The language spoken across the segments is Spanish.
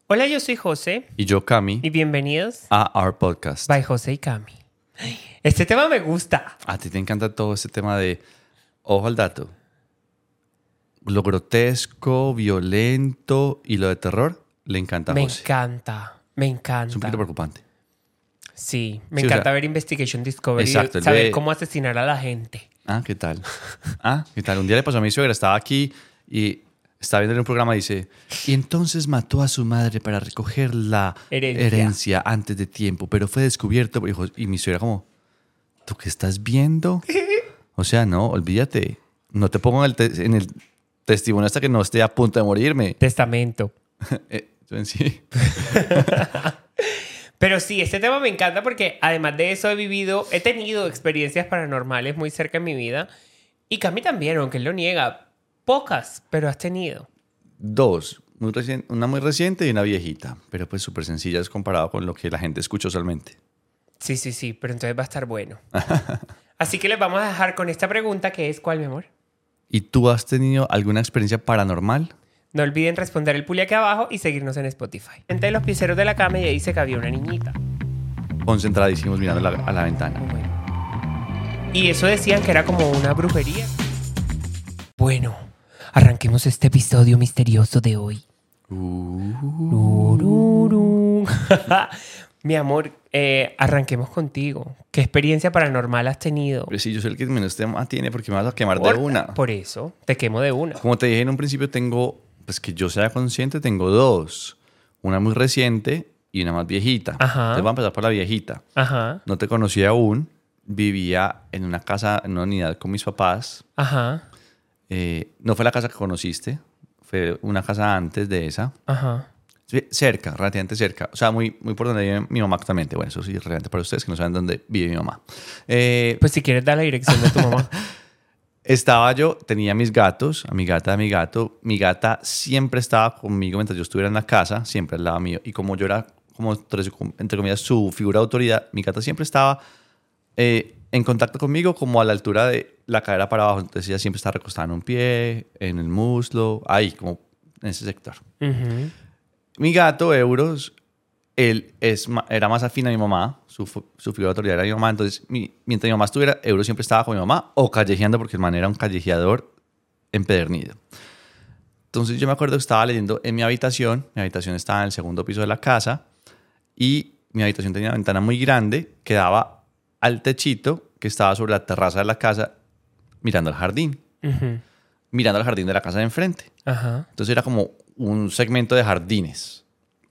Hola, yo soy José. Y yo, Cami, Y bienvenidos a Our Podcast. by José y Cami. Este tema me gusta. A ti te encanta todo este tema de, ojo al dato, lo grotesco, violento y lo de terror, le encanta a Me José. encanta, me Es un encanta. poquito preocupante. Sí, me Sí, o encanta sea, ver Investigation Discovery. exacto, él Saber ve- cómo asesinar a la gente. Ah, ¿qué tal? ¿Qué tal? Un día le pasó a mi suegra, estaba aquí y estaba viendo en un programa y dice, y entonces mató a su madre para recoger la Herencia. antes de tiempo, pero fue descubierto por hijos. Y mi suegra como, ¿tú qué estás viendo? O sea, no, olvídate. No te pongo en el testimonio hasta que no esté a punto de morirme. Testamento. Sí. Pero sí, este tema me encanta porque además de eso he tenido experiencias paranormales muy cerca en mi vida. Y Cami también, aunque él lo niega. Pocas, pero has tenido. Dos, una muy reciente y una viejita, pero pues súper sencillas comparado con lo que la gente escucha usualmente. Sí, pero entonces va a estar bueno. Así que les vamos a dejar con esta pregunta que es, ¿cuál, mi amor? ¿Y tú has tenido alguna experiencia paranormal? No olviden responder el puli aquí abajo y seguirnos en Spotify. Entre los piseros de la cama y dice que había una niñita. Concentradísimos mirando a la ventana. Muy bueno. Y eso decían que era como una brujería. Bueno, arranquemos este episodio misterioso de hoy. Tururú. Mi amor, arranquemos contigo. ¿Qué experiencia paranormal has tenido? Pero sí, yo soy el que menos tema tiene porque me vas a quemar de una. Por eso, te quemo de una. Como te dije en un principio, tengo, pues que yo sea consciente, tengo dos. Una muy reciente y una más viejita. Ajá. Entonces vamos a empezar por la viejita. Ajá, No te conocía aún. Vivía en una casa, en una unidad con mis papás. ajá, No fue la casa que conociste. Fue una casa antes de esa. ajá. Sí, cerca, relativamente cerca. O sea, muy por donde vive mi mamá actualmente. Bueno, eso sí es relevante para ustedes que no saben dónde vive mi mamá. Pues si quieres dar la dirección de tu mamá. Estaba yo, tenía mis gatos, a mi gata, a mi gato. Mi gata siempre estaba conmigo mientras yo estuviera en la casa, siempre al lado mío. Y como yo era, como entre comillas, su figura de autoridad, mi gata siempre estaba en contacto conmigo como a la altura de la cadera para abajo. Entonces ella siempre estaba recostada en un pie, en el muslo, ahí, como en ese sector. Ujú. Mi gato, Euros, era más afín a mi mamá, su figura de autoridad era mi mamá, entonces mientras mi mamá estuviera, Euros siempre estaba con mi mamá o callejeando porque el man era un callejeador empedernido. Entonces yo me acuerdo que estaba leyendo en mi habitación estaba en el segundo piso de la casa y mi habitación tenía una ventana muy grande que daba al techito que estaba sobre la terraza de la casa mirando al jardín, Ujú. mirando al jardín de la casa de enfrente. Ajá. Entonces era como un segmento de jardines.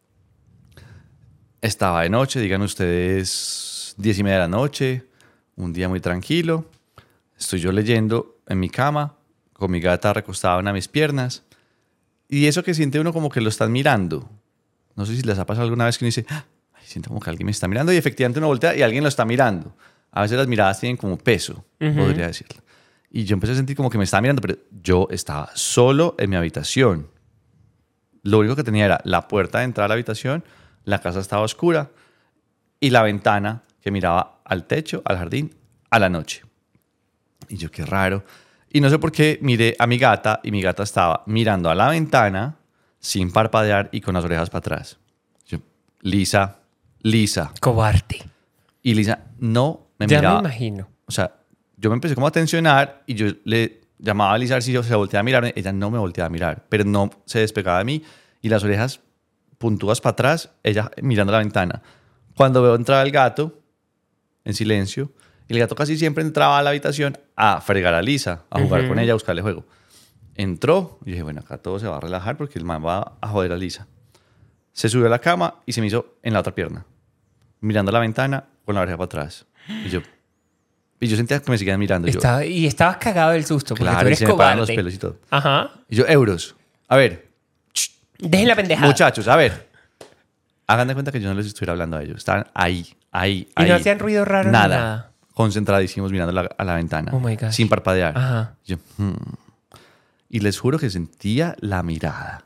Estaba de noche, digan ustedes 10:30 de la noche, un día muy tranquilo. Estoy yo leyendo en mi cama, con mi gata recostada en mis piernas. Y eso que siente uno como que lo están mirando. No sé si les ha pasado alguna vez que uno dice, "Ay, siento como que alguien me está mirando", y efectivamente uno voltea y alguien lo está mirando. A veces las miradas tienen como peso, podría decirlo. Y yo empecé a sentir como que me estaba mirando, pero yo estaba solo en mi habitación. Lo único que tenía era la puerta de entrada a la habitación, la casa estaba oscura y la ventana que miraba al techo, al jardín, a la noche. Y yo, qué raro. Y no sé por qué miré a mi gata y mi gata estaba mirando a la ventana sin parpadear y con las orejas para atrás. Yo, Lisa. Cobarde. Y Lisa no me Ya miraba. me imagino. O sea, yo me empecé como a tensionar y yo le llamaba a Lisa a ver si yo se volteaba a mirar. Ella no me volteaba a mirar, pero no se despegaba de mí y las orejas puntúas para atrás, ella mirando la ventana. Cuando veo entrar al gato, en silencio, y el gato casi siempre entraba a la habitación a fregar a Lisa, a jugar con ella, a buscarle juego. Entró y dije, bueno, acá todo se va a relajar porque el man va a joder a Lisa. Se subió a la cama y se me hizo en la otra pierna, mirando la ventana con la oreja para atrás. Y yo sentía que me seguían mirando. Y estabas cagado del susto porque tú Claro, y eres se me paraban los cobarde. pelos y todo. Ajá. Y yo, Euros, a ver, Dejen la pendejada. muchachos, a ver. Hagan de cuenta que yo no les estuviera hablando a ellos. Estaban ahí. Y no hacían ruido raro ni nada. Concentradísimos mirando a la ventana. Oh my gosh. Sin parpadear. Ajá. Yo, Y les juro que sentía la mirada.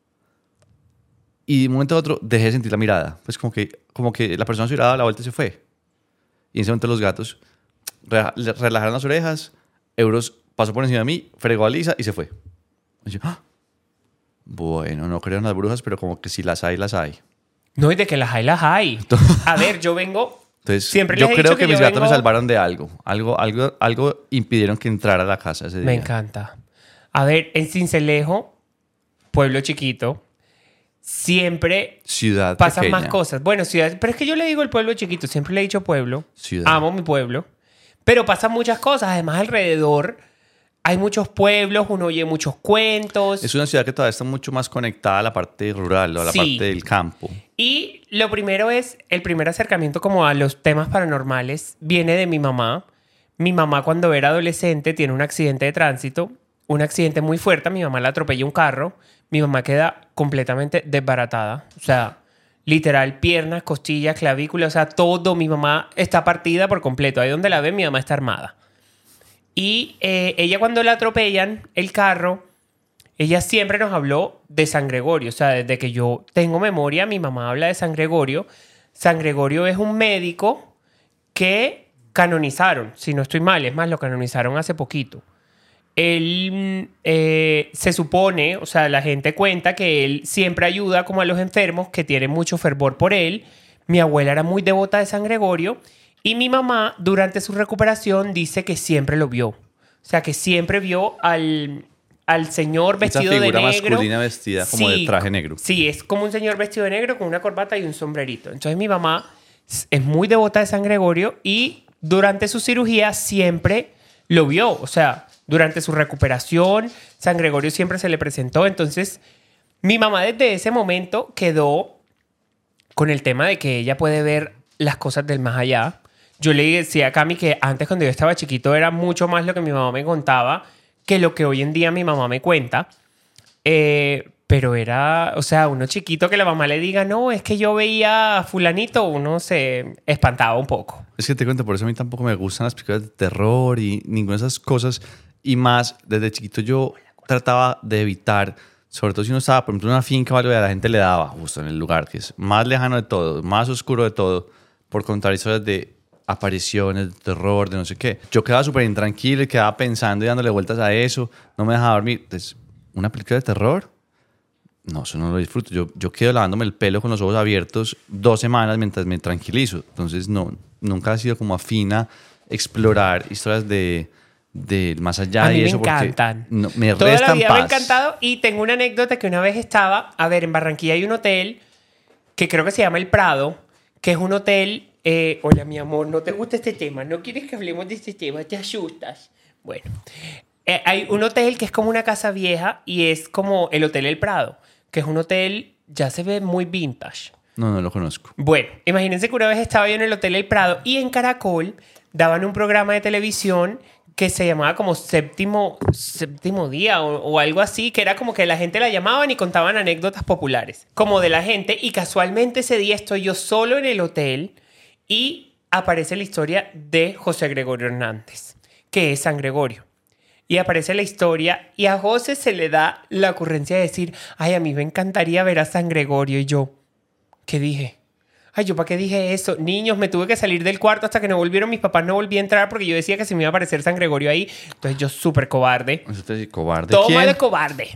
Y de un momento a otro dejé de sentir la mirada. Pues como que la persona se hubiera dado la vuelta y se fue. Y en ese momento los gatos relajaron las orejas. Euros pasó por encima de mí, fregó a Lisa y se fue. Y yo, ¡ah! Bueno, no creo en las brujas, pero como que si las hay, las hay. No, y de que las hay, las hay. A ver, yo vengo... Entonces, Siempre yo les he creo dicho que que mis yo gatos me vengo- salvaron de algo. Algo impidieron que entrara a la casa ese día. Me encanta. A ver, en Sincelejo, pueblo chiquito, siempre Ciudad pasan pequeña. más cosas. Bueno, ciudad, pero es que yo le digo el pueblo chiquito, siempre le he dicho pueblo. Ciudad. Amo mi pueblo. Pero pasan muchas cosas. Además, alrededor hay muchos pueblos, uno oye muchos cuentos. Es una ciudad que todavía está mucho más conectada a la parte rural o a la Sí. parte del campo. Y lo primero es, el primer acercamiento como a los temas paranormales viene de mi mamá. Mi mamá cuando era adolescente tiene un accidente de tránsito, un accidente muy fuerte, a mi mamá la atropella un carro, mi mamá queda completamente desbaratada, o sea, literal, piernas, costillas, clavícula, o sea, todo, mi mamá está partida por completo, ahí donde la ve mi mamá está armada. Y ella cuando la atropellan, el carro, ella siempre nos habló de San Gregorio. O sea, desde que yo tengo memoria, mi mamá habla de San Gregorio. San Gregorio es un médico que canonizaron, si no estoy mal. Es más, lo canonizaron hace poquito. Él se supone, o sea, la gente cuenta que él siempre ayuda como a los enfermos que tienen mucho fervor por él. Mi abuela era muy devota de San Gregorio y mi mamá durante su recuperación dice que siempre lo vio. O sea, que siempre vio al señor vestido de negro. Esa figura masculina vestida como de traje negro. Sí, es como un señor vestido de negro con una corbata y un sombrerito. Entonces mi mamá es muy devota de San Gregorio y durante su cirugía siempre lo vio. O sea, durante su recuperación, San Gregorio siempre se le presentó. Entonces, mi mamá desde ese momento quedó con el tema de que ella puede ver las cosas del más allá. Yo le decía a Cami que antes cuando yo estaba chiquito era mucho más lo que mi mamá me contaba que lo que hoy en día mi mamá me cuenta. Pero era, o sea, uno chiquito que la mamá le diga, no, es que yo veía a fulanito, uno se espantaba un poco. Es que te cuento, por eso a mí tampoco me gustan las películas de terror y ninguna de esas cosas. Y más, desde chiquito yo trataba de evitar, sobre todo si uno estaba, por ejemplo, en una finca o algo, y a la gente le daba justo en el lugar que es más lejano de todo, más oscuro de todo, por contar historias de apariciones, de terror, de no sé qué. Yo quedaba súper intranquilo y quedaba pensando y dándole vueltas a eso. No me dejaba dormir. Entonces, ¿una película de terror? No, eso no lo disfruto. Yo quedo lavándome el pelo con los ojos abiertos 2 semanas mientras me tranquilizo. Entonces, no, nunca ha sido como afina explorar historias de más allá A mí y me eso encantan. porque me Toda la restan vida me ha paz. encantado y tengo una anécdota que una vez estaba, a ver, en Barranquilla hay un hotel que creo que se llama El Prado, que es un hotel... hola, mi amor, ¿no te gusta este tema? ¿No quieres que hablemos de este tema? ¿Te asustas? Bueno, hay un hotel que es como una casa vieja y es como el Hotel El Prado, que es un hotel, ya se ve muy vintage. No lo conozco. Bueno, imagínense que una vez estaba yo en el Hotel El Prado y en Caracol daban un programa de televisión que se llamaba como Séptimo Día o algo así, que era como que la gente la llamaban y contaban anécdotas populares, como de la gente. Y casualmente ese día estoy yo solo en el hotel y aparece la historia de José Gregorio Hernández, que es San Gregorio. Y aparece la historia y a José se le da la ocurrencia de decir, ay, a mí me encantaría ver a San Gregorio. Y yo, ¿qué dije? Ay, ¿yo para qué dije eso? Niños, me tuve que salir del cuarto hasta que no volvieron mis papás. No volví a entrar porque yo decía que se me iba a aparecer San Gregorio ahí. Entonces yo súper cobarde. Eso te dice cobarde. Toma ¿Quién? de cobarde.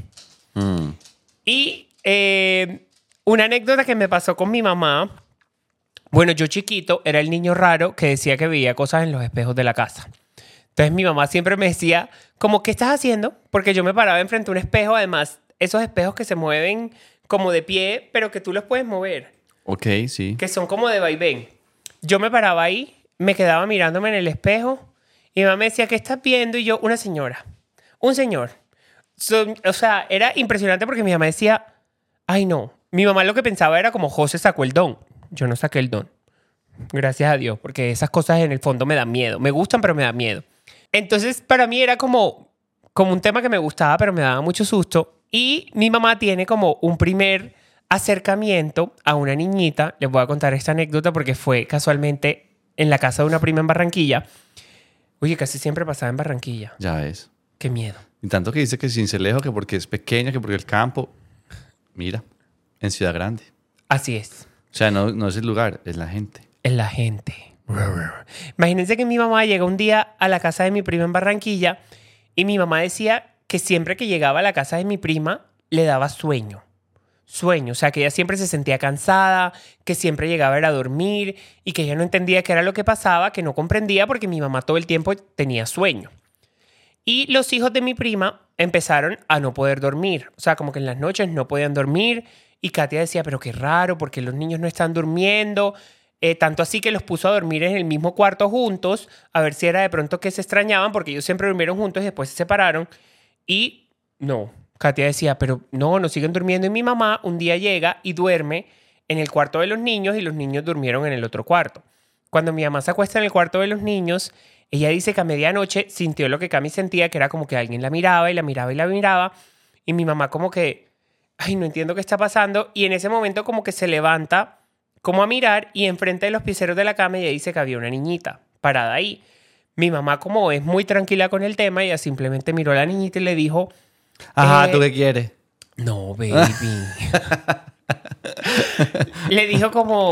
Y una anécdota que me pasó con mi mamá. Bueno, yo chiquito era el niño raro que decía que veía cosas en los espejos de la casa. Entonces mi mamá siempre me decía, como, ¿qué estás haciendo? Porque yo me paraba enfrente a un espejo. Además, esos espejos que se mueven como de pie, pero que tú los puedes mover. Ok, sí. Que son como de vaivén. Yo me paraba ahí, me quedaba mirándome en el espejo y mi mamá me decía, ¿qué estás viendo? Y yo, una señora, un señor. O sea, era impresionante porque mi mamá decía, ay no. Mi mamá lo que pensaba era como, José sacó el don. Yo no saqué el don. Gracias a Dios, porque esas cosas en el fondo me dan miedo. Me gustan, pero me dan miedo. Entonces, para mí era como un tema que me gustaba, pero me daba mucho susto. Y mi mamá tiene como un primer acercamiento a una niñita. Les voy a contar esta anécdota porque fue casualmente en la casa de una prima en Barranquilla. Oye, casi siempre pasaba en Barranquilla. Ya ves. Qué miedo. Y tanto que dice que Sincelejo, que porque es pequeño, que porque el campo. Mira, en Ciudad Grande. Así es. O sea, no es el lugar, es la gente. Es la gente. Imagínense que mi mamá llega un día a la casa de mi prima en Barranquilla y mi mamá decía que siempre que llegaba a la casa de mi prima le daba sueño. Sueño, o sea, que ella siempre se sentía cansada, que siempre llegaba a dormir y que ella no entendía qué era lo que pasaba, que no comprendía porque mi mamá todo el tiempo tenía sueño. Y los hijos de mi prima empezaron a no poder dormir, o sea, como que en las noches no podían dormir y Katia decía, pero qué raro, porque los niños no están durmiendo, tanto así que los puso a dormir en el mismo cuarto juntos, a ver si era de pronto que se extrañaban, porque ellos siempre durmieron juntos y después se separaron y no. Katia decía, pero no siguen durmiendo. Y mi mamá un día llega y duerme en el cuarto de los niños y los niños durmieron en el otro cuarto. Cuando mi mamá se acuesta en el cuarto de los niños, ella dice que a medianoche sintió lo que Cami sentía, que era como que alguien la miraba y la miraba y la miraba. Y mi mamá como que, ay, no entiendo qué está pasando. Y en ese momento como que se levanta como a mirar y enfrente de los piseros de la cama ella dice que había una niñita parada ahí. Mi mamá como es muy tranquila con el tema, ella simplemente miró a la niñita y le dijo... Ajá, ¿tú qué quieres? No, baby. Le dijo como,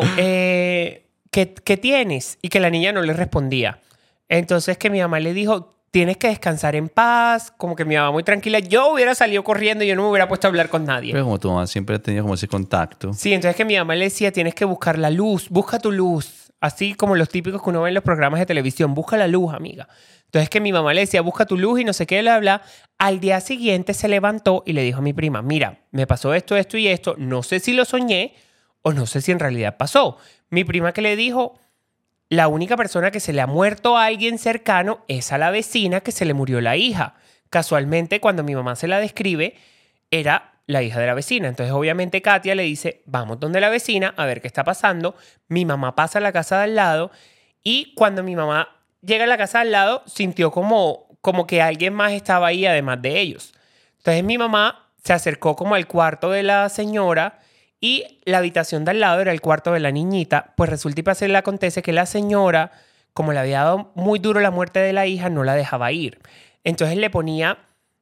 ¿qué tienes? Y que la niña no le respondía. Entonces que mi mamá le dijo, tienes que descansar en paz. Como que mi mamá muy tranquila. Yo hubiera salido corriendo y yo no me hubiera puesto a hablar con nadie. Pero como tu mamá siempre ha tenido como ese contacto. Sí, entonces que mi mamá le decía, tienes que buscar la luz. Busca tu luz. Así como los típicos que uno ve en los programas de televisión. Busca la luz, amiga. Entonces que mi mamá le decía, busca tu luz y no sé qué, bla, bla. Al día siguiente se levantó y le dijo a mi prima, mira, me pasó esto, esto y esto. No sé si lo soñé o no sé si en realidad pasó. Mi prima que le dijo, la única persona que se le ha muerto a alguien cercano es a la vecina que se le murió la hija. Casualmente, cuando mi mamá se la describe, era la hija de la vecina. Entonces, obviamente, Katia le dice, vamos donde la vecina a ver qué está pasando. Mi mamá pasa a la casa de al lado y cuando mi mamá llega a la casa de al lado, sintió como que alguien más estaba ahí además de ellos. Entonces, mi mamá se acercó como al cuarto de la señora y la habitación de al lado era el cuarto de la niñita. Pues resulta y pasa y le acontece que la señora, como le había dado muy duro la muerte de la hija, no la dejaba ir. Entonces le ponía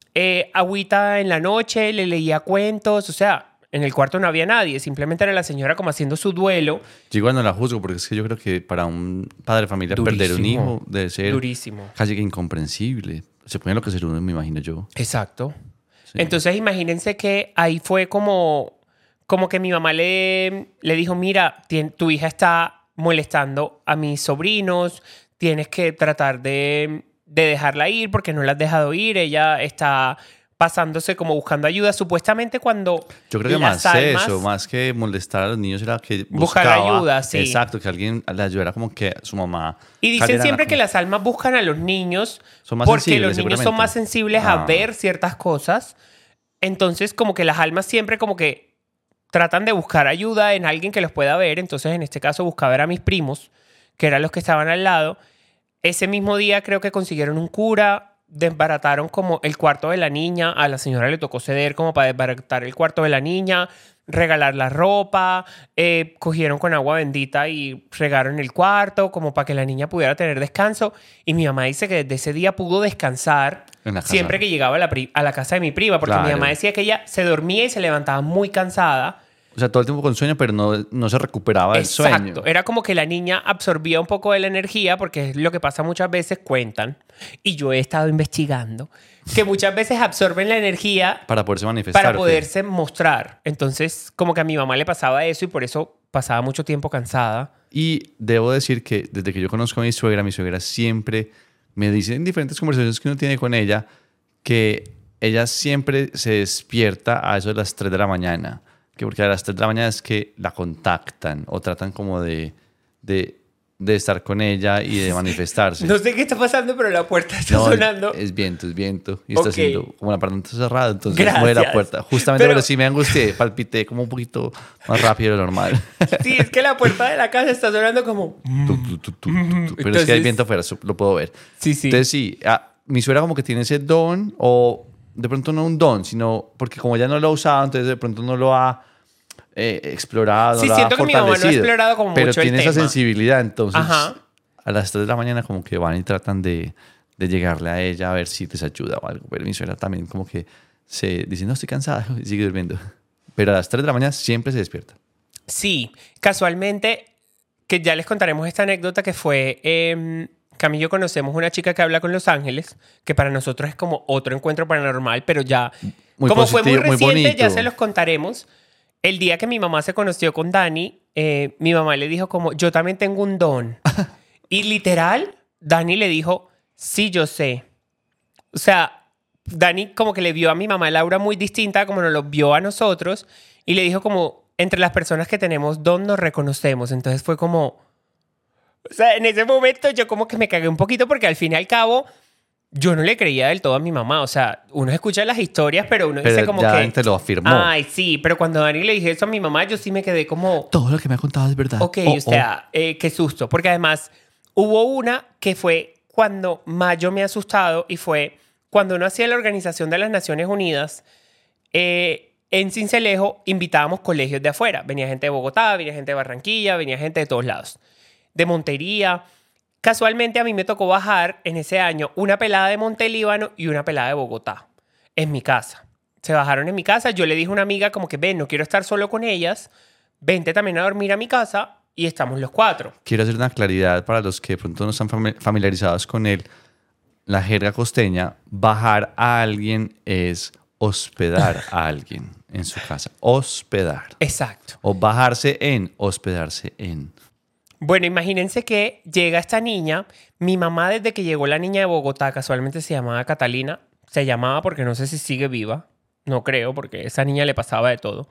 agüita en la noche, le leía cuentos, o sea, en el cuarto no había nadie, simplemente era la señora como haciendo su duelo. Yo igual no la juzgo porque es que yo creo que para un padre de familia perder un hijo debe ser durísimo, casi que incomprensible. Se pone lo que se uno, me imagino yo. Exacto. Sí. Entonces imagínense que ahí fue como que mi mamá le dijo, mira, tu hija está molestando a mis sobrinos, tienes que tratar de dejarla ir porque no la has dejado ir, ella está pasándose como buscando ayuda. Supuestamente cuando yo creo que más almas, eso, más que molestar a los niños era que buscar ayuda, sí. Exacto, que alguien le ayudara como que su mamá. Y dicen siempre que las almas buscan a los niños porque los niños son más sensibles a ver ciertas cosas. Entonces como que las almas siempre como que tratan de buscar ayuda en alguien que los pueda ver. Entonces en este caso buscaba ver a mis primos, que eran los que estaban al lado. Ese mismo día creo que consiguieron un cura, desbarataron como el cuarto de la niña, a la señora le tocó ceder como para desbaratar el cuarto de la niña, regalar la ropa, cogieron con agua bendita y regaron el cuarto como para que la niña pudiera tener descanso. Y mi mamá dice que desde ese día pudo descansar siempre que llegaba a la casa de mi prima, porque mi mamá decía que ella se dormía y se levantaba muy cansada. O sea, todo el tiempo con sueño, pero no se recuperaba del sueño. Exacto. Era como que la niña absorbía un poco de la energía, porque es lo que pasa muchas veces, cuentan, y yo he estado investigando, que muchas veces absorben la energía para poderse manifestar. Para poderse mostrar. Entonces, como que a mi mamá le pasaba eso y por eso pasaba mucho tiempo cansada. Y debo decir que desde que yo conozco a mi suegra siempre me dice en diferentes conversaciones que uno tiene con ella que ella siempre se despierta a eso de las 3 de la mañana. Que porque a las 3 de la mañana es que la contactan o tratan como de estar con ella y de manifestarse. No sé qué está pasando, pero la puerta está sonando. Es viento. Y está haciendo como la puerta está cerrada, entonces mueve la puerta. Justamente pero sí me angustié, palpité como un poquito más rápido de lo normal. Sí, es que la puerta de la casa está sonando como... Pero entonces, es que hay viento afuera, lo puedo ver. Sí. Entonces sí, mi suegra como que tiene ese don o... De pronto no un don, sino porque como ya no lo ha usado, entonces de pronto no lo ha explorado, sí, no lo ha siento que mi mamá no ha explorado como pero mucho el tiene tema. Esa sensibilidad, entonces Ajá. A las 3 de la mañana como que van y tratan de llegarle a ella a ver si les ayuda o algo. Pero mi suegra también como que se dice, no, estoy cansada y sigue durmiendo. Pero a las 3 de la mañana siempre se despierta. Sí, casualmente, que ya les contaremos esta anécdota que fue... Cami y yo conocemos una chica que habla con los ángeles, que para nosotros es como otro encuentro paranormal, pero ya Muy Como fue muy positivo, muy reciente, bonito. ya se los contaremos. El día que mi mamá se conoció con Dani, mi mamá le dijo como, yo también tengo un don. Y literal, Dani le dijo, sí, yo sé. O sea, Dani como que le vio a mi mamá Laura muy distinta como nos lo vio a nosotros y le dijo como, entre las personas que tenemos don nos reconocemos. Entonces fue como... O sea, en ese momento yo como que me cagué un poquito porque al fin y al cabo yo no le creía del todo a mi mamá. O sea, uno escucha las historias, pero uno dice Pero como ya que... Dani te lo afirmó. Ay, sí, pero cuando Dani le dije eso a mi mamá, yo sí me quedé como... Todo lo que me ha contado es verdad. Ok, o sea, qué susto. Porque además hubo una que fue cuando más yo me he asustado y fue cuando uno hacía la Organización de las Naciones Unidas, en Sincelejo invitábamos colegios de afuera. Venía gente de Bogotá, venía gente de Barranquilla, venía gente de todos lados. De Montería. Casualmente a mí me tocó bajar en ese año una pelada de Montelíbano y una pelada de Bogotá en mi casa. Se bajaron en mi casa. Yo le dije a una amiga como que, ven, no quiero estar solo con ellas. Vente también a dormir a mi casa y estamos los 4. Quiero hacer una claridad para los que de pronto no están familiarizados con la jerga costeña. Bajar a alguien es hospedar a alguien en su casa. Hospedar. Exacto. O bajarse en, hospedarse en. Bueno, imagínense que llega esta niña. Mi mamá, desde que llegó la niña de Bogotá, casualmente se llamaba Catalina. Se llamaba porque no sé si sigue viva. No creo, porque a esa niña le pasaba de todo.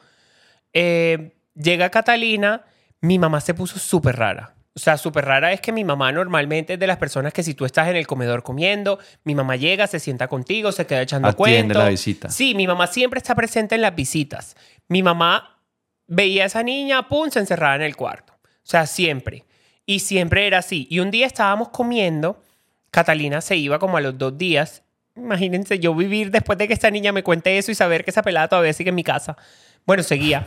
Llega Catalina, mi mamá se puso súper rara. O sea, súper rara es que mi mamá normalmente es de las personas que si tú estás en el comedor comiendo, mi mamá llega, se sienta contigo, se queda echando Atiende cuentos. la visita. Sí, mi mamá siempre está presente en las visitas. Mi mamá veía a esa niña, pum, se encerraba en el cuarto. O sea, siempre. Y siempre era así. Y un día estábamos comiendo, Catalina se iba como a los 2 días. Imagínense yo vivir después de que esta niña me cuente eso y saber que esa pelada todavía sigue en mi casa. Bueno, seguía.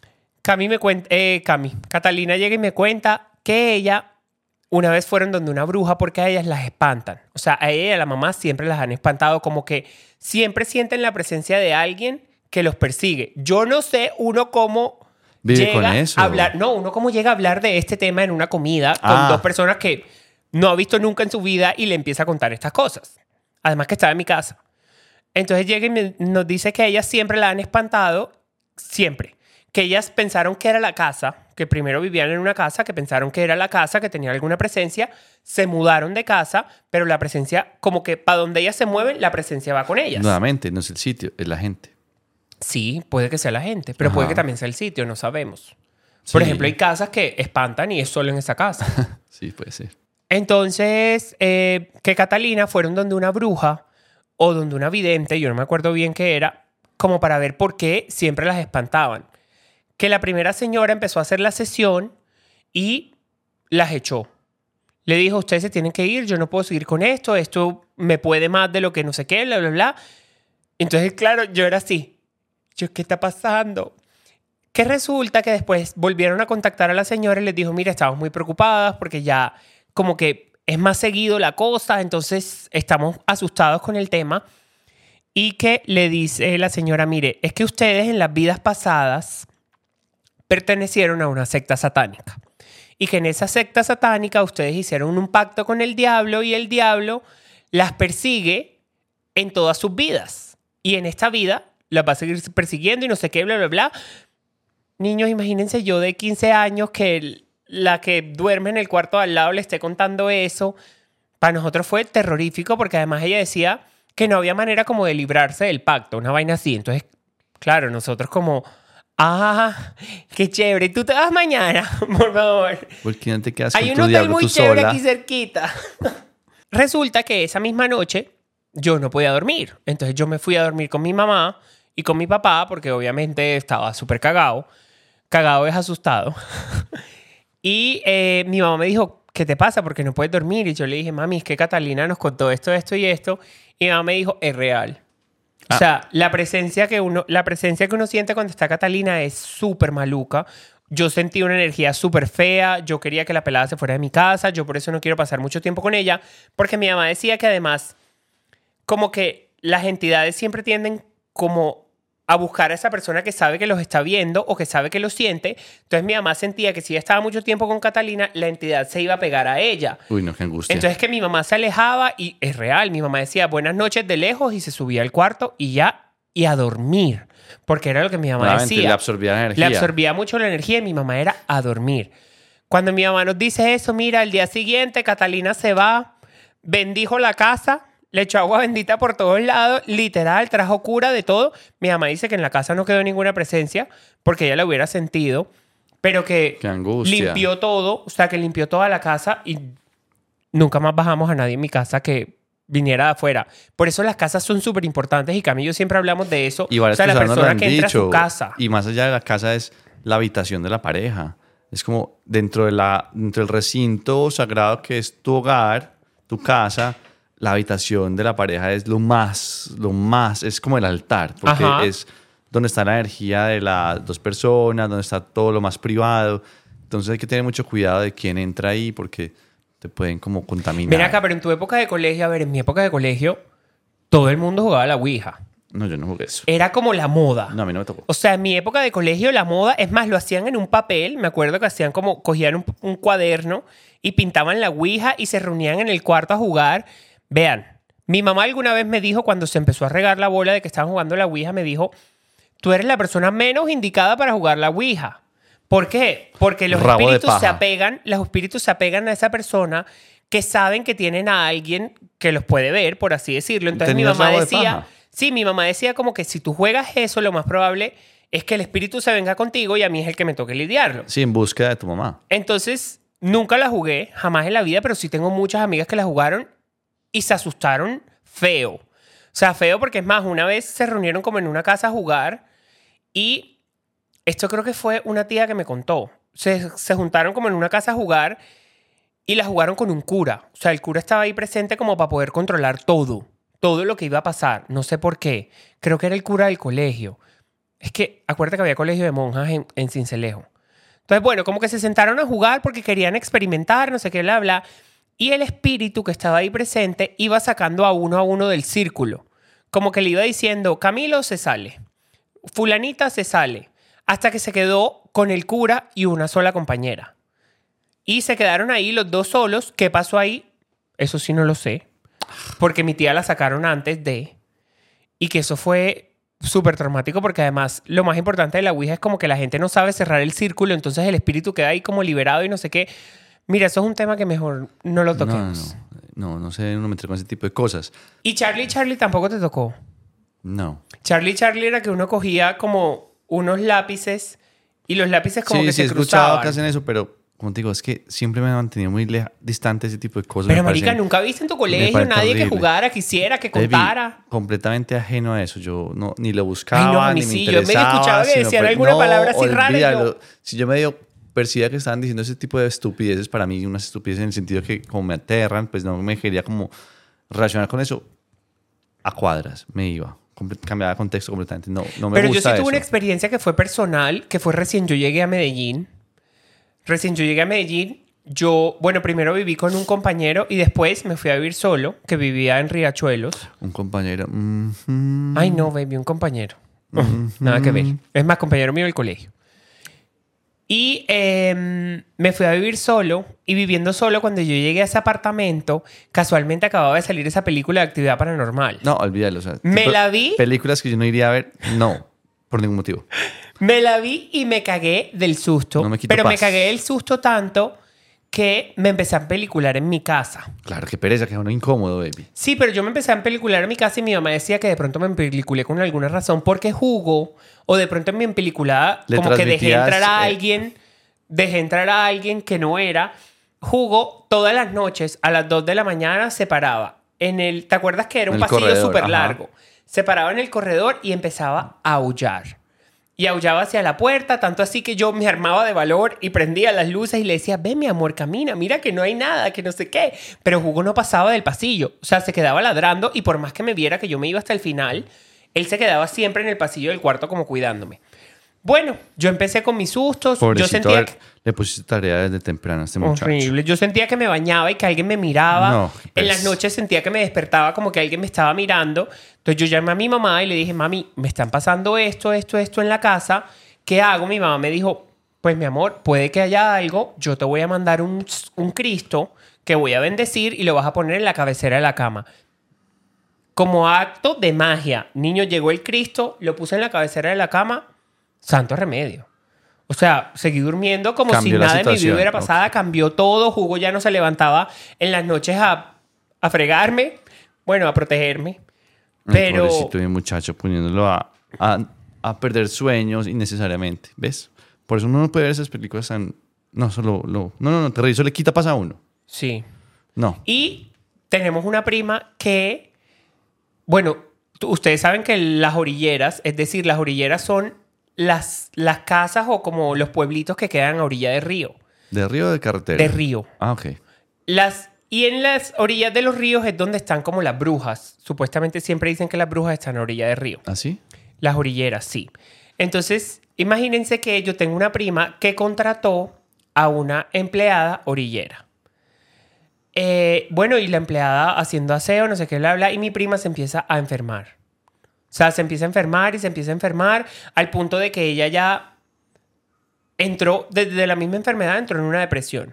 Catalina llega y me cuenta que ella una vez fueron donde una bruja porque a ellas las espantan. O sea, a ella y a la mamá siempre las han espantado, como que siempre sienten la presencia de alguien que los persigue. Yo no sé uno cómo Vive llega con eso. a hablar. No, uno cómo llega a hablar de este tema en una comida con 2 personas que no ha visto nunca en su vida y le empieza a contar estas cosas. Además que estaba en mi casa. Entonces llega y nos dice que a ellas siempre la han espantado, siempre. Que ellas pensaron que era la casa, que primero vivían en una casa, que pensaron que era la casa, que tenía alguna presencia, se mudaron de casa, pero la presencia, como que para donde ellas se mueven, la presencia va con ellas. Nuevamente, no es el sitio, es la gente. Sí, puede que sea la gente, pero Ajá. puede que también sea el sitio, no sabemos. Por Sí. ejemplo, hay casas que espantan y es solo en esa casa. Sí, puede ser. Entonces, que Catalina fueron donde una bruja o donde una vidente, yo no me acuerdo bien qué era, como para ver por qué siempre las espantaban. Que la primera señora empezó a hacer la sesión y las echó. Le dijo, ustedes se tienen que ir, yo no puedo seguir con esto me puede más de lo que no sé qué, bla, bla, bla. Entonces, claro, yo era así. ¿Qué está pasando? Que resulta que después volvieron a contactar a la señora y les dijo, mira, estamos muy preocupadas porque ya como que es más seguido la cosa, entonces estamos asustados con el tema. Y que le dice la señora, mire, es que ustedes en las vidas pasadas pertenecieron a una secta satánica. Y que en esa secta satánica ustedes hicieron un pacto con el diablo y el diablo las persigue en todas sus vidas. Y en esta vida las va a seguir persiguiendo y no sé qué, bla, bla, bla. Niños, imagínense yo de 15 años que la que duerme en el cuarto de al lado le esté contando eso. Para nosotros fue terrorífico porque además ella decía que no había manera como de librarse del pacto, una vaina así. Entonces, claro, nosotros como... Ah, qué chévere. ¿Tú te vas mañana? Por favor. ¿Por qué no te quedas Hay con un tu hotel diablo muy tú chévere sola? aquí cerquita. Resulta que esa misma noche yo no podía dormir. Entonces yo me fui a dormir con mi mamá y con mi papá porque obviamente estaba súper cagado. Cagado es asustado. Y mi mamá me dijo, ¿qué te pasa? ¿Por qué no puedes dormir? Y yo le dije, mami, es que Catalina nos contó esto, esto y esto. Y mi mamá me dijo, es real. O sea, la presencia que uno siente cuando está Catalina es súper maluca. Yo sentí una energía súper fea. Yo quería que la pelada se fuera de mi casa. Yo por eso no quiero pasar mucho tiempo con ella. Porque mi mamá decía que además, como que las entidades siempre tienden como a buscar a esa persona que sabe que los está viendo o que sabe que lo siente. Entonces mi mamá sentía que si ella estaba mucho tiempo con Catalina, la entidad se iba a pegar a ella. Uy, no, qué angustia. Entonces que mi mamá se alejaba y es real. Mi mamá decía buenas noches de lejos y se subía al cuarto y ya y a dormir. Porque era lo que mi mamá decía. Le absorbía la energía. Le absorbía mucho la energía y mi mamá era a dormir. Cuando mi mamá nos dice eso, mira, al día siguiente Catalina se va, bendijo la casa, le echó agua bendita por todos lados, literal, trajo cura de todo. Mi mamá dice que en la casa no quedó ninguna presencia porque ella la hubiera sentido, pero que Qué angustia. limpió todo, o sea, que limpió toda la casa y nunca más bajamos a nadie en mi casa que viniera de afuera. Por eso las casas son súper importantes y Camilo siempre hablamos de eso. Y varias o sea, la personas lo persona han que entra a su dicho. casa. Y más allá de la casa es la habitación de la pareja. Es como dentro del recinto sagrado que es tu hogar, tu casa, la habitación de la pareja es lo más, es como el altar, porque Ajá. es donde está la energía de las dos personas, donde está todo lo más privado. Entonces hay que tener mucho cuidado de quién entra ahí porque te pueden como contaminar. Mira acá, pero en tu época de colegio, a ver, en mi época de colegio, todo el mundo jugaba a la Ouija. No, yo no jugué eso. Era como la moda. No, a mí no me tocó. O sea, en mi época de colegio, la moda, es más, lo hacían en un papel. Me acuerdo que hacían como, cogían un cuaderno y pintaban la Ouija y se reunían en el cuarto a jugar. Vean, mi mamá alguna vez me dijo, cuando se empezó a regar la bola de que estaban jugando la Ouija, me dijo, tú eres la persona menos indicada para jugar la Ouija. ¿Por qué? Porque los Rabo de espíritus paja. los espíritus se apegan a esa persona que saben que tienen a alguien que los puede ver, por así decirlo. Entonces mi ¿Tenías mamá rabo de decía, paja? sí, mi mamá decía como que si tú juegas eso, lo más probable es que el espíritu se venga contigo y a mí es el que me toque lidiarlo. Sí, en búsqueda de tu mamá. Entonces, nunca la jugué, jamás en la vida, pero sí tengo muchas amigas que la jugaron y se asustaron feo. O sea, feo porque es más, una vez se reunieron como en una casa a jugar y esto creo que fue una tía que me contó. Se juntaron como en una casa a jugar y la jugaron con un cura. O sea, el cura estaba ahí presente como para poder controlar todo lo que iba a pasar. No sé por qué. Creo que era el cura del colegio. Es que acuérdate que había colegio de monjas en Sincelejo. Entonces, bueno, como que se sentaron a jugar porque querían experimentar, no sé qué, bla, bla. Y el espíritu que estaba ahí presente iba sacando a uno del círculo. Como que le iba diciendo, Camilo se sale, fulanita se sale, hasta que se quedó con el cura y una sola compañera. Y se quedaron ahí los dos solos. ¿Qué pasó ahí? Eso sí no lo sé. Porque mi tía la sacaron antes de... Y que eso fue súper traumático porque además lo más importante de la Ouija es como que la gente no sabe cerrar el círculo, entonces el espíritu queda ahí como liberado y no sé qué. Mira, eso es un tema que mejor no lo toquemos. No sé, no me meter con ese tipo de cosas. Y Charlie tampoco te tocó. No. Charlie era que uno cogía como unos lápices y los lápices como que Sí, se he escuchado cruzaban. que hacen eso, pero como te digo, es que siempre me he mantenido muy distante de ese tipo de cosas. Pero, Me marica, parecen- ¿nunca viste en tu colegio parece nadie que horrible. jugara, quisiera, que Debbie, contara? completamente ajeno a eso. Yo no, ni lo buscaba, Ay, no, a mí ni me sí. Yo me interesaba. escuchaba que sino decían fue- alguna no, palabra así rara y yo- olvídalo. Si yo medio percibía que estaban diciendo ese tipo de estupideces, para mí unas estupideces en el sentido que como me aterran, pues no me quería como relacionar con eso. A cuadras me iba. Cambiaba de contexto completamente. No me Pero yo gusta sí tuve eso. una experiencia que fue personal, que fue recién yo llegué a Medellín. Yo, bueno, primero viví con un compañero y después me fui a vivir solo, que vivía en Riachuelos. Un compañero. Ay, no, baby, un compañero. Nada que ver. Es más, compañero mío del colegio. Y me fui a vivir solo y viviendo solo, cuando yo llegué a ese apartamento, casualmente acababa de salir esa película de Actividad Paranormal. No, olvídalo. O sea, Me tipo- la vi. Películas que yo no iría a ver, no, por ningún motivo. Me la vi y me cagué del susto. No me quito pero me paz. cagué del susto tanto que me empecé a pelicular en mi casa. Claro, qué pereza, que es uno incómodo, baby. Sí, pero yo me empecé a pelicular en mi casa y mi mamá decía que de pronto me peliculé con alguna razón porque Hugo, o de pronto en mi peliculada, Le como que dejé transmitías, entrar a alguien que no era. Hugo, todas las noches, a las 2 de la mañana, se paraba en el... ¿Te acuerdas que era un El pasillo corredor, súper ajá. largo? Se paraba en el corredor y empezaba a aullar. Y aullaba hacia la puerta, tanto así que yo me armaba de valor y prendía las luces y le decía, ve mi amor, camina, mira que no hay nada, que no sé qué. Pero Hugo no pasaba del pasillo, o sea, se quedaba ladrando y por más que me viera que yo me iba hasta el final, él se quedaba siempre en el pasillo del cuarto como cuidándome. Bueno, yo empecé con mis sustos, Pobrecito, yo sentía a ver, le pusiste tarea desde temprano a este muchacho. horrible. Yo sentía que me bañaba y que alguien me miraba. No, En las pues. noches sentía que me despertaba como que alguien me estaba mirando. Entonces yo llamé a mi mamá y le dije, mami, me están pasando esto en la casa. ¿Qué hago? Mi mamá me dijo, pues mi amor, puede que haya algo. Yo te voy a mandar un Cristo que voy a bendecir y lo vas a poner en la cabecera de la cama. como acto de magia. Niño, llegó el Cristo, lo puse en la cabecera de la cama, santo remedio. O sea, seguí durmiendo como Cambió si la nada de mi vida situación. hubiera pasado. Ok. Cambió todo. Hugo ya no se levantaba en las noches a fregarme. Bueno, a protegerme. Ay, Pero... pobrecito mi muchacho, poniéndolo a perder sueños innecesariamente. ¿Ves? Por eso uno no puede ver esas películas tan... No, no, terrible. Eso le quita paz a uno. Sí. No. Y tenemos una prima que... Bueno, ustedes saben que las orilleras, es decir, las orilleras son las casas o como los pueblitos que quedan a orilla de río. ¿De río o de carretera? De río. Ah, ok. Y en las orillas de los ríos es donde están como las brujas. Supuestamente siempre dicen que las brujas están a orilla de río. ¿Ah, sí? Las orilleras, sí. Entonces, imagínense que yo tengo una prima que contrató a una empleada orillera. Bueno, y la empleada haciendo aseo, no sé qué, bla, bla, y mi prima se empieza a enfermar. O sea, se empieza a enfermar y se empieza a enfermar al punto de que ella ya entró, desde la misma enfermedad, entró en una depresión.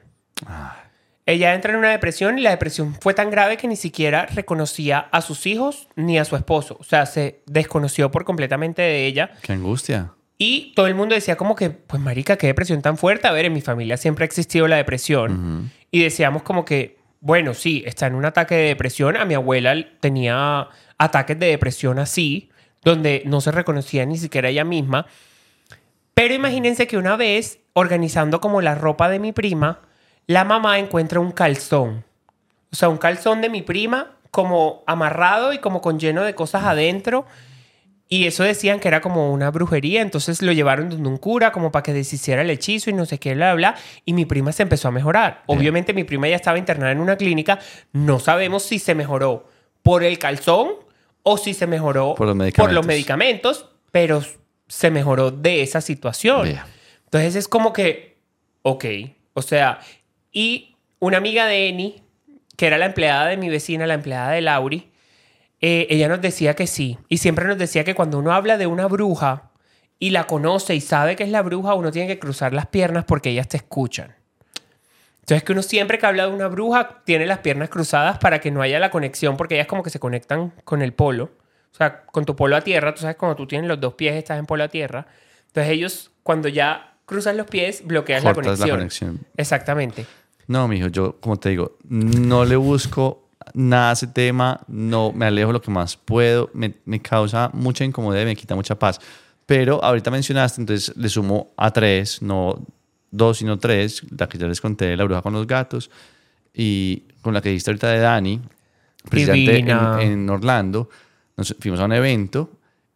Ella entra en una depresión y la depresión fue tan grave que ni siquiera reconocía a sus hijos ni a su esposo. O sea, se desconoció por completamente de ella. Qué angustia. Y todo el mundo decía como que, pues marica, qué depresión tan fuerte. A ver, en mi familia siempre ha existido la depresión. Y decíamos como que, bueno, sí, está en un ataque de depresión. A mi abuela tenía ataques de depresión así, donde no se reconocía ni siquiera ella misma. Pero imagínense que una vez, organizando como la ropa de mi prima, la mamá encuentra un calzón. O sea, un calzón de mi prima como amarrado y como con lleno de cosas adentro. Y eso decían que era como una brujería. Entonces lo llevaron donde un cura como para que deshiciera el hechizo y no sé qué, bla, bla. Y mi prima se empezó a mejorar. Bien. Obviamente mi prima ya estaba internada en una clínica. No sabemos si se mejoró por el calzón o si se mejoró Por los medicamentos, pero se mejoró de esa situación. Vea. Entonces es como que, ok, o sea, y una amiga de Eni, que era la empleada de mi vecina, la empleada de Lauri, ella nos decía que sí. Y siempre nos decía que cuando uno habla de una bruja y la conoce y sabe que es la bruja, uno tiene que cruzar las piernas porque ellas te escuchan. Entonces que uno siempre que habla de una bruja tiene las piernas cruzadas para que no haya la conexión, porque ellas como que se conectan con el polo. O sea, con tu polo a tierra. Tú sabes, cuando tú tienes los dos pies estás en polo a tierra. Entonces ellos, cuando ya cruzan los pies, bloquean la Cortas conexión. la conexión. Exactamente. No, mijo, yo, como te digo, no le busco nada a ese tema, no me alejo lo que más puedo, me causa mucha incomodidad y me quita mucha paz. Pero ahorita mencionaste, entonces le sumo a 3, no 2, sino 3, la que ya les conté de la bruja con los gatos, y con la que dijiste ahorita de Dani, precisamente en Orlando, nos fuimos a un evento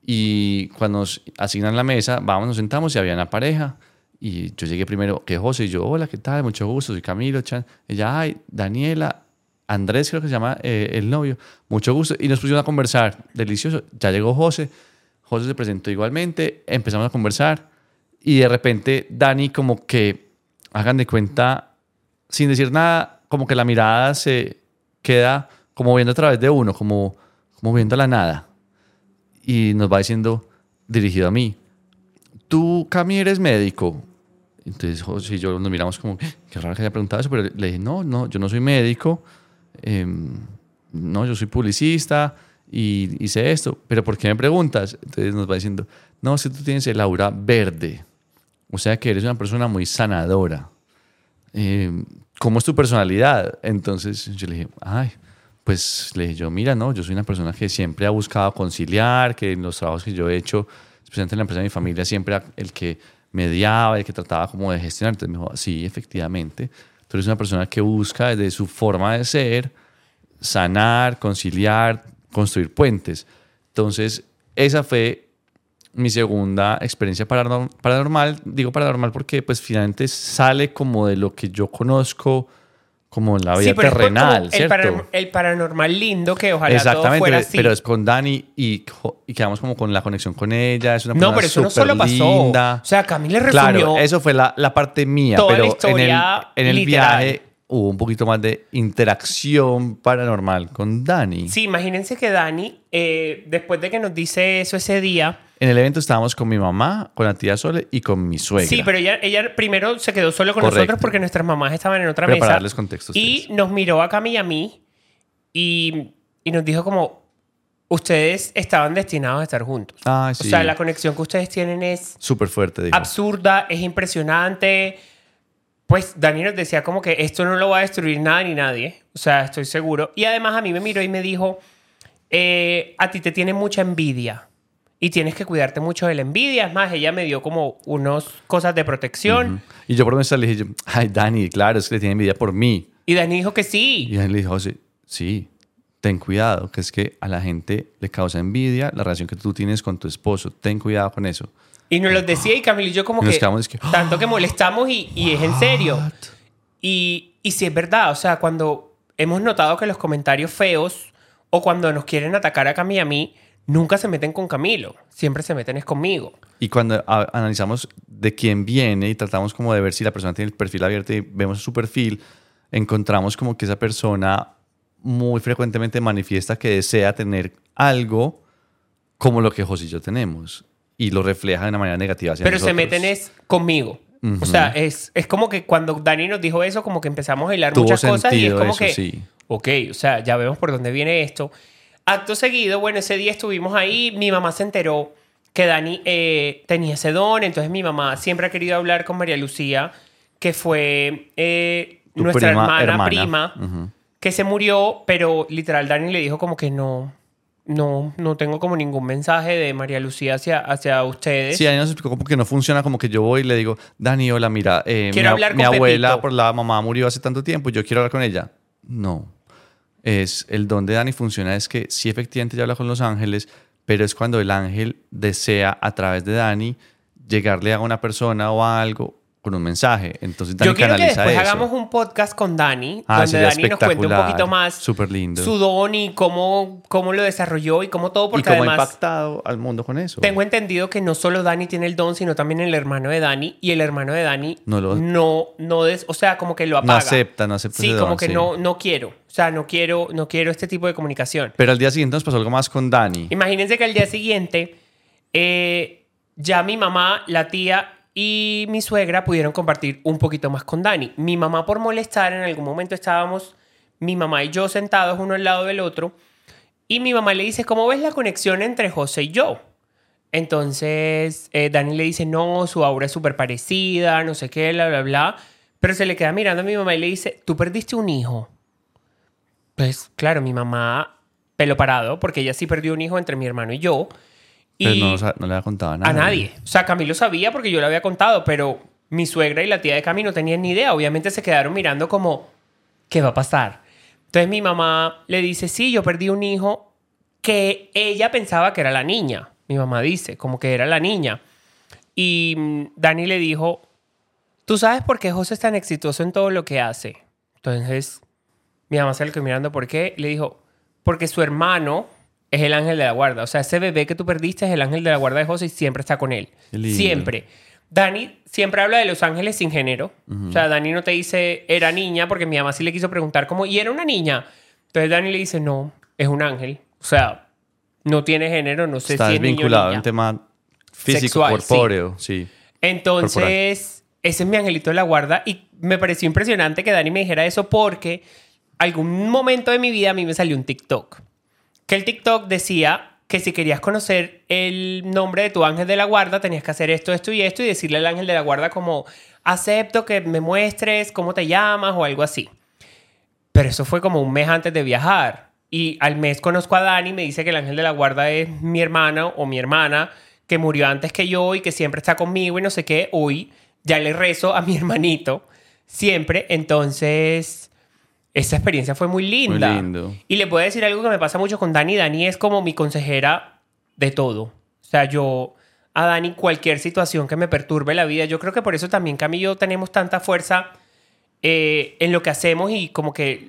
y cuando nos asignan la mesa, vamos, nos sentamos y había una pareja. Y yo llegué primero que José y yo, hola, ¿qué tal? Mucho gusto, soy Camilo, Chan. Ella, ay, Daniela, Andrés creo que se llama el novio, mucho gusto. Y nos pusimos a conversar, delicioso. Ya llegó José, José se presentó igualmente, empezamos a conversar y de repente Dani como que, hagan de cuenta, sin decir nada, como que la mirada se queda como viendo a través de uno, como viendo la nada. Y nos va diciendo, dirigido a mí, ¿tú, Cami, eres médico? Entonces José y yo nos miramos como, qué raro que haya preguntado eso, pero le dije, no, yo no soy médico, no, yo soy publicista y hice esto, pero ¿por qué me preguntas? Entonces nos va diciendo, no, si tú tienes el aura verde, o sea que eres una persona muy sanadora. ¿Cómo es tu personalidad? Entonces yo le dije, ay, pues le dije yo, mira, no, yo soy una persona que siempre ha buscado conciliar, que en los trabajos que yo he hecho, especialmente en la empresa de mi familia, siempre era el que mediaba, el que trataba como de gestionar. Entonces me dijo, sí, efectivamente, tú eres una persona que busca desde su forma de ser sanar, conciliar, construir puentes. Entonces esa fue mi segunda experiencia paranormal. Digo paranormal porque pues finalmente sale como de lo que yo conozco como en la vida terrenal, ¿cierto? El paranormal lindo que ojalá todo fuera así. Pero es con Dani y quedamos como con la conexión con ella. Es una persona no, pero eso no solo linda. pasó. O sea, Camila resumió. Claro, eso fue la parte mía. Toda pero la historia en el literal. viaje hubo un poquito más de interacción paranormal con Dani. Sí, imagínense que Dani, después de que nos dice eso ese día... En el evento estábamos con mi mamá, con la tía Sole y con mi suegra. Sí, pero ella primero se quedó solo con Correcto. nosotros porque nuestras mamás estaban en otra Pero mesa. para darles contexto a y ustedes. nos miró a Cami y a mí y nos dijo como, ustedes estaban destinados a estar juntos. Ah, sí. O sea, la conexión que ustedes tienen es Súper fuerte, dijo. absurda, es impresionante. Pues Dani nos decía como que esto no lo va a destruir nada ni nadie. O sea, estoy seguro. Y además a mí me miró y me dijo, a ti te tiene mucha envidia y tienes que cuidarte mucho de la envidia. Es más, ella me dio como unas cosas de protección. Ujú. Y yo por donde le dije, ay, Dani, claro, es que le tiene envidia por mí. Y Dani dijo que sí. Y Dani le dijo, sí, sí, ten cuidado, que es que a la gente le causa envidia la relación que tú tienes con tu esposo. Ten cuidado con eso. Y nos los decía y Camilo y yo como Y nos que quedamos, es que, tanto que molestamos y es en serio. Y sí es verdad, o sea, cuando hemos notado que los comentarios feos o cuando nos quieren atacar a Cami y a mí, nunca se meten con Camilo, siempre se meten es conmigo. Y cuando analizamos de quién viene y tratamos como de ver si la persona tiene el perfil abierto y vemos su perfil, encontramos como que esa persona muy frecuentemente manifiesta que desea tener algo como lo que José y yo tenemos y lo refleja de una manera negativa hacia Pero nosotros. se meten es conmigo. O sea, es como que cuando Dani nos dijo eso, como que empezamos a hilar Tuvo muchas cosas y es sentido como eso, que, sí. ok, o sea, ya vemos por dónde viene esto. Acto seguido, bueno, ese día estuvimos ahí, mi mamá se enteró que Dani tenía ese don, entonces mi mamá siempre ha querido hablar con María Lucía, que fue Tu nuestra hermana. prima, Ujú. que se murió, pero literal Dani le dijo como que no tengo como ningún mensaje de María Lucía hacia ustedes. Sí, ahí nos explicó como que no funciona, como que yo voy y le digo, Dani, hola, mira, Quiero hablar mi con abuela Pepito. por la mamá murió hace tanto tiempo y yo quiero hablar con ella. No. Es el don de Dani funciona es que sí, efectivamente ella habla con los ángeles, pero es cuando el ángel desea a través de Dani llegarle a una persona o a algo con un mensaje. Entonces Dani Yo quiero que canaliza después eso. hagamos un podcast con Dani, Ah, donde sería Dani nos cuente un espectacular. poquito más Súper lindo. su don y cómo lo desarrolló y cómo todo, Y porque cómo ha además impactado al mundo con eso. tengo entendido que no solo Dani tiene el don, sino también el hermano de Dani, y el hermano de Dani o sea, como que lo No apaga. acepta Sí, ese como don, que sí. no quiero. O sea, no quiero este tipo de comunicación. Pero al día siguiente nos pasó algo más con Dani. Imagínense que al día siguiente ya mi mamá, la tía y mi suegra pudieron compartir un poquito más con Dani. Mi mamá, por molestar, en algún momento estábamos mi mamá y yo sentados uno al lado del otro y mi mamá le dice, ¿cómo ves la conexión entre José y yo? Entonces Dani le dice, no, su aura es súper parecida, no sé qué, bla, bla, bla. Pero se le queda mirando a mi mamá y le dice, ¿tú perdiste un hijo? Pues claro, mi mamá, pelo parado, porque ella sí perdió un hijo entre mi hermano y yo. Pero Y no le había contado a nadie. a nadie. O sea, Camilo sabía porque yo le había contado, pero mi suegra y la tía de Cami no tenían ni idea. Obviamente se quedaron mirando como, ¿qué va a pasar? Entonces mi mamá le dice, sí, yo perdí un hijo que ella pensaba que era la niña. Mi mamá dice, como que era la niña. Y Dani le dijo, ¿tú sabes por qué José es tan exitoso en todo lo que hace? Entonces mi mamá se le quedó mirando, ¿por qué? Le dijo, porque su hermano es el ángel de la guarda. O sea, ese bebé que tú perdiste es el ángel de la guarda de José y siempre está con él. Qué lindo. Siempre. Dani siempre habla de los ángeles sin género. O sea, Dani no te dice, era niña, porque mi mamá sí le quiso preguntar como, ¿y era una niña? Entonces Dani le dice, no, es un ángel. O sea, no tiene género, no sé Está si es niño o vinculado a niña. un tema físico, Sexual, corpóreo, sí. Entonces, ese es mi angelito de la guarda y me pareció impresionante que Dani me dijera eso porque algún momento de mi vida a mí me salió un TikTok. Que el TikTok decía que si querías conocer el nombre de tu ángel de la guarda, tenías que hacer esto, esto y esto y decirle al ángel de la guarda como, acepto que me muestres cómo te llamas o algo así. Pero eso fue como un mes antes de viajar. Y al mes conozco a Dani y me dice que el ángel de la guarda es mi hermana o mi hermana que murió antes que yo y que siempre está conmigo y no sé qué. Hoy ya le rezo a mi hermanito siempre. Entonces, esa experiencia fue muy linda. Muy lindo. Y le puedo decir algo que me pasa mucho con Dani. Dani es como mi consejera de todo. O sea, yo a Dani cualquier situación que me perturbe la vida, yo creo que por eso también Cami y yo tenemos tanta fuerza en lo que hacemos y como que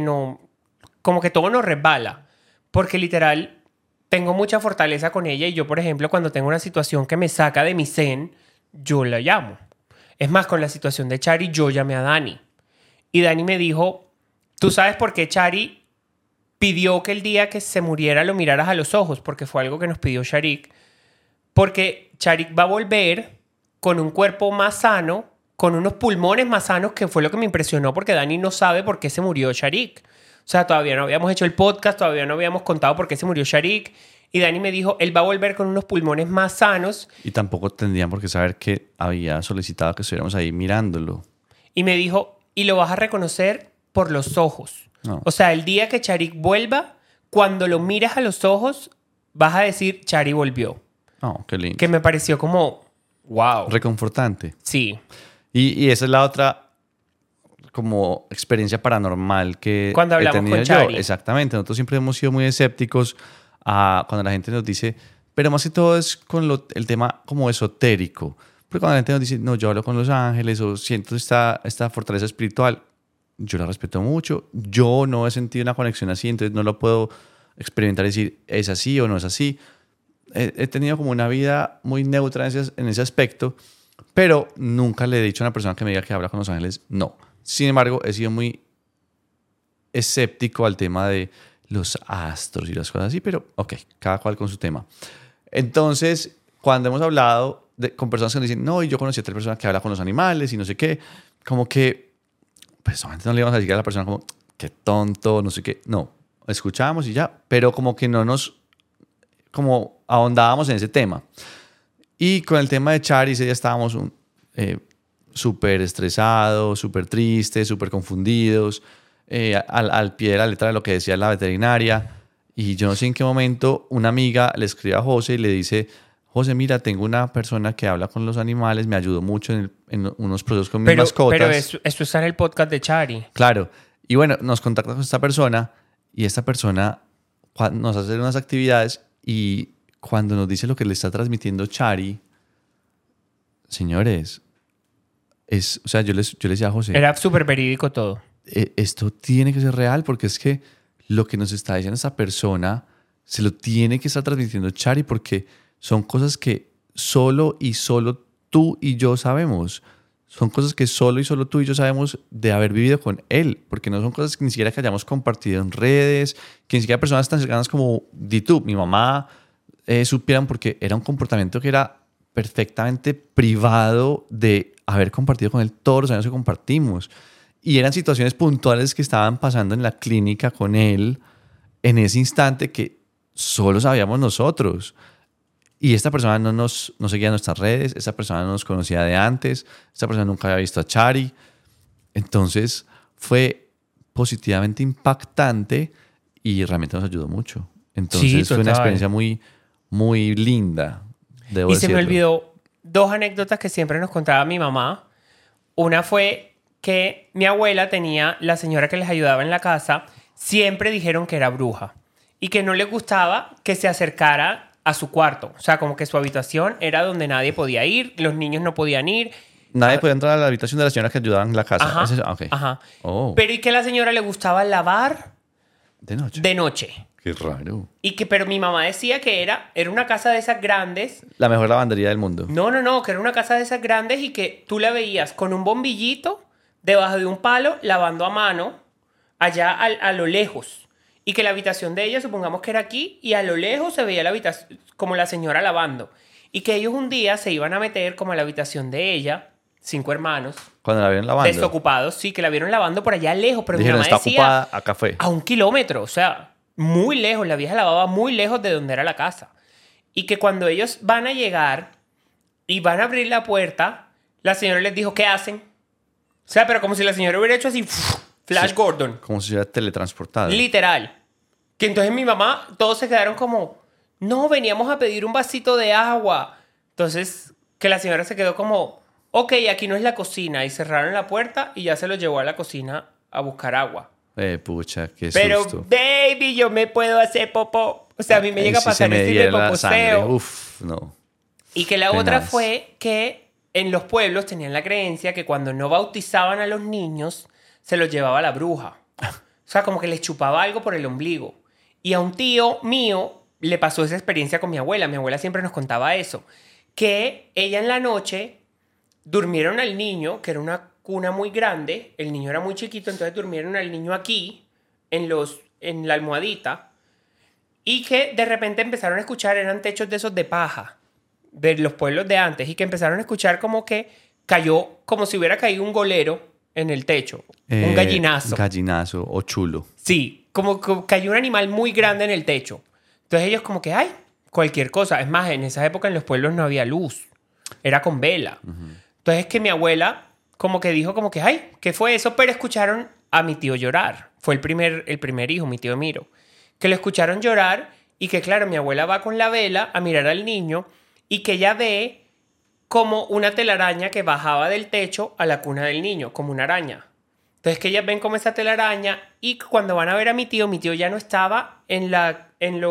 como que todo nos resbala. Porque literal, tengo mucha fortaleza con ella y yo, por ejemplo, cuando tengo una situación que me saca de mi zen, yo la llamo. Es más, con la situación de Chari, yo llamé a Dani. Y Dani me dijo, ¿tú sabes por qué Chari pidió que el día que se muriera lo miraras a los ojos? Porque fue algo que nos pidió Sharik. Porque Sharik va a volver con un cuerpo más sano, con unos pulmones más sanos, que fue lo que me impresionó porque Dani no sabe por qué se murió Sharik. O sea, todavía no habíamos hecho el podcast, todavía no habíamos contado por qué se murió Sharik. Y Dani me dijo, él va a volver con unos pulmones más sanos. Y tampoco tendrían por qué saber que había solicitado que estuviéramos ahí mirándolo. Y me dijo, y lo vas a reconocer por los ojos. No. O sea, el día que Sharik vuelva, cuando lo miras a los ojos, vas a decir, Chari volvió. Oh, qué lindo. Que me pareció como, wow. Reconfortante. Sí. Y esa es la otra como experiencia paranormal que Cuando he hablamos tenido con yo. Chari. Exactamente. Nosotros siempre hemos sido muy escépticos a cuando la gente nos dice, pero más que todo es con el tema como esotérico. Porque cuando la gente nos dice, no, yo hablo con los ángeles o siento esta fortaleza espiritual, yo la respeto mucho. Yo no he sentido una conexión así, entonces no lo puedo experimentar y decir, es así o no es así. He tenido como una vida muy neutra en ese aspecto, pero nunca le he dicho a una persona que me diga que habla con los ángeles, no. Sin embargo, he sido muy escéptico al tema de los astros y las cosas así, pero ok, cada cual con su tema. Entonces, cuando hemos hablado con personas que nos dicen, no, y yo conocí a tal persona que habla con los animales y no sé qué, como que, pues obviamente no le íbamos a decir a la persona como, qué tonto, no sé qué. No, escuchábamos y ya, pero como que no nos, como ahondábamos en ese tema. Y con el tema de Chari, ese día estábamos súper estresados, súper tristes, súper confundidos, al pie de la letra de lo que decía la veterinaria. Y yo no sé en qué momento una amiga le escribe a José y le dice, José, mira, tengo una persona que habla con los animales, me ayudó mucho en unos procesos con mis mascotas. Pero esto está en el podcast de Chari. Claro. Y bueno, nos contacta con esta persona y esta persona nos hace unas actividades y cuando nos dice lo que le está transmitiendo Chari, señores, o sea, yo le decía a José, Era súper verídico todo. Esto tiene que ser real porque es que lo que nos está diciendo esa persona se lo tiene que estar transmitiendo Chari porque son cosas que solo y solo tú y yo sabemos. Son cosas que solo y solo tú y yo sabemos de haber vivido con él, porque no son cosas que ni siquiera que hayamos compartido en redes, que ni siquiera personas tan cercanas como tú, mi mamá, supieran, porque era un comportamiento que era perfectamente privado de haber compartido con él todos los años que compartimos. Y eran situaciones puntuales que estaban pasando en la clínica con él en ese instante que solo sabíamos nosotros. Y esta persona no seguía nuestras redes, esta persona no nos conocía de antes, esta persona nunca había visto a Chari. Entonces fue positivamente impactante y realmente nos ayudó mucho. Entonces Sí, fue una total. experiencia muy, muy linda. Debo Y se me decirlo. olvidó dos anécdotas que siempre nos contaba mi mamá. Una fue que mi abuela tenía, la señora que les ayudaba en la casa, siempre dijeron que era bruja y que no les gustaba que se acercara a su cuarto. O sea, como que su habitación era donde nadie podía ir, los niños no podían ir. Nadie podía entrar a la habitación de la señora que ayudaba en la casa. Ajá, Okay. ajá. Oh, Pero y que a la señora le gustaba lavar de noche. de noche. Qué raro. Pero mi mamá decía que era una casa de esas grandes. La mejor lavandería del mundo. No, que era una casa de esas grandes y que tú la veías con un bombillito debajo de un palo lavando a mano allá a lo lejos. Y que la habitación de ella, supongamos que era aquí, y a lo lejos se veía la habitación, como la señora lavando. Y que ellos un día se iban a meter como a la habitación de ella, 5 hermanos, Cuando la vieron lavando. desocupados, sí, que la vieron lavando por allá lejos, pero Dijeron, mi mamá está decía, ocupada, acá fue. a 1 kilómetro, o sea, muy lejos, la vieja lavaba muy lejos de donde era la casa. Y que cuando ellos van a llegar y van a abrir la puerta, la señora les dijo, ¿qué hacen? O sea, pero como si la señora hubiera hecho así, Flash Sí. Gordon. Como si hubiera teletransportado. Literal. Que entonces mi mamá, todos se quedaron como, no, veníamos a pedir un vasito de agua. Entonces, que la señora se quedó como, ok, aquí no es la cocina. Y cerraron la puerta y ya se lo llevó a la cocina a buscar agua. Pucha, qué Pero, susto. baby, yo me puedo hacer popó. O sea, a mí me llega a Si pasar se me este diera la sangre. popoceo. Uf, no. Y que la otra Tenaz. fue que en los pueblos tenían la creencia que cuando no bautizaban a los niños, se los llevaba la bruja. O sea, como que les chupaba algo por el ombligo. Y a un tío mío le pasó esa experiencia con mi abuela. Mi abuela siempre nos contaba eso. Que ella en la noche durmieron al niño, que era una cuna muy grande. El niño era muy chiquito, entonces durmieron al niño aquí, en la almohadita. Y que de repente empezaron a escuchar, eran techos de esos de paja, de los pueblos de antes. Y que empezaron a escuchar como que cayó, como si hubiera caído un golero en el techo. Un gallinazo. Gallinazo o chulo. Sí, como que cayó un animal muy grande en el techo. Entonces ellos como que, ay, cualquier cosa. Es más, en esa época en los pueblos no había luz. Era con vela. Entonces que mi abuela como que dijo como que, ay, ¿qué fue eso? Pero escucharon a mi tío llorar. Fue el primer hijo, mi tío Emiro. Que lo escucharon llorar y que, claro, mi abuela va con la vela a mirar al niño y que ella ve como una telaraña que bajaba del techo a la cuna del niño, como una araña. Entonces que ellas ven como esa telaraña y cuando van a ver a mi tío ya no estaba en la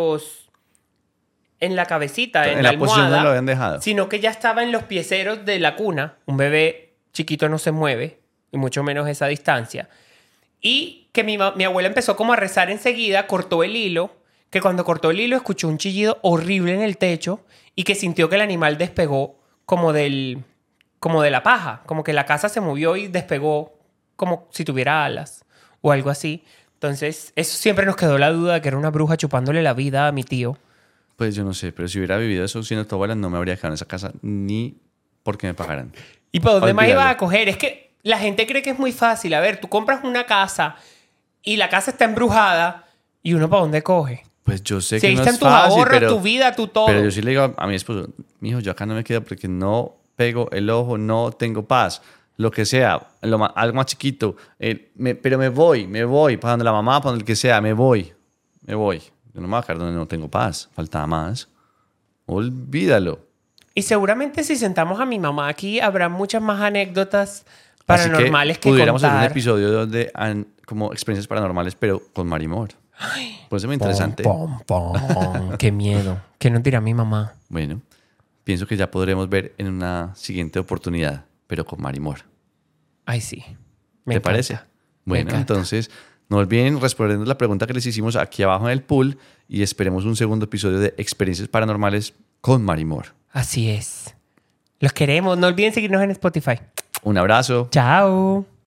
cabecita, en la posición almohada, donde lo habían dejado. sino que ya estaba en los pieceros de la cuna. Un bebé chiquito no se mueve, y mucho menos esa distancia. Y que mi abuela empezó como a rezar enseguida, cortó el hilo, que cuando cortó el hilo escuchó un chillido horrible en el techo y que sintió que el animal despegó como de la paja, como que la casa se movió y despegó como si tuviera alas o algo así. Entonces, eso siempre nos quedó la duda de que era una bruja chupándole la vida a mi tío. Pues yo no sé, pero si hubiera vivido eso siendo tu abuela, no me habría quedado en esa casa ni porque me pagaran. ¿Y para dónde más Olvídalo. ibas a coger? Es que la gente cree que es muy fácil. A ver, tú compras una casa y la casa está embrujada y uno para dónde coge. Pues yo sé Si ahí que no están es tus fácil, ahorros, pero, tu vida, tu todo. pero yo sí le digo a mi esposo, mijo, yo acá no me quedo porque no pego el ojo, no tengo paz, lo que sea, algo más chiquito, pero me voy, para donde la mamá, para donde el que sea, me voy. Yo no me voy a quedar donde no tengo paz, faltaba más. Olvídalo. Y seguramente si sentamos a mi mamá aquí, habrá muchas más anécdotas Así paranormales que pudiéramos hacer un contar. episodio donde como experiencias paranormales, pero con Marimor. Puede ser muy interesante. Pom, pom, pom. Qué miedo. ¿Qué nos dirá mi mamá? Bueno, pienso que ya podremos ver en una siguiente oportunidad, pero con Marimor. Ay, sí. ¿Te parece? Bueno, encanta. entonces no olviden respondernos la pregunta que les hicimos aquí abajo en el pool y esperemos un segundo episodio de experiencias paranormales con Marimor. Así es. Los queremos. No olviden seguirnos en Spotify. Un abrazo. Chao.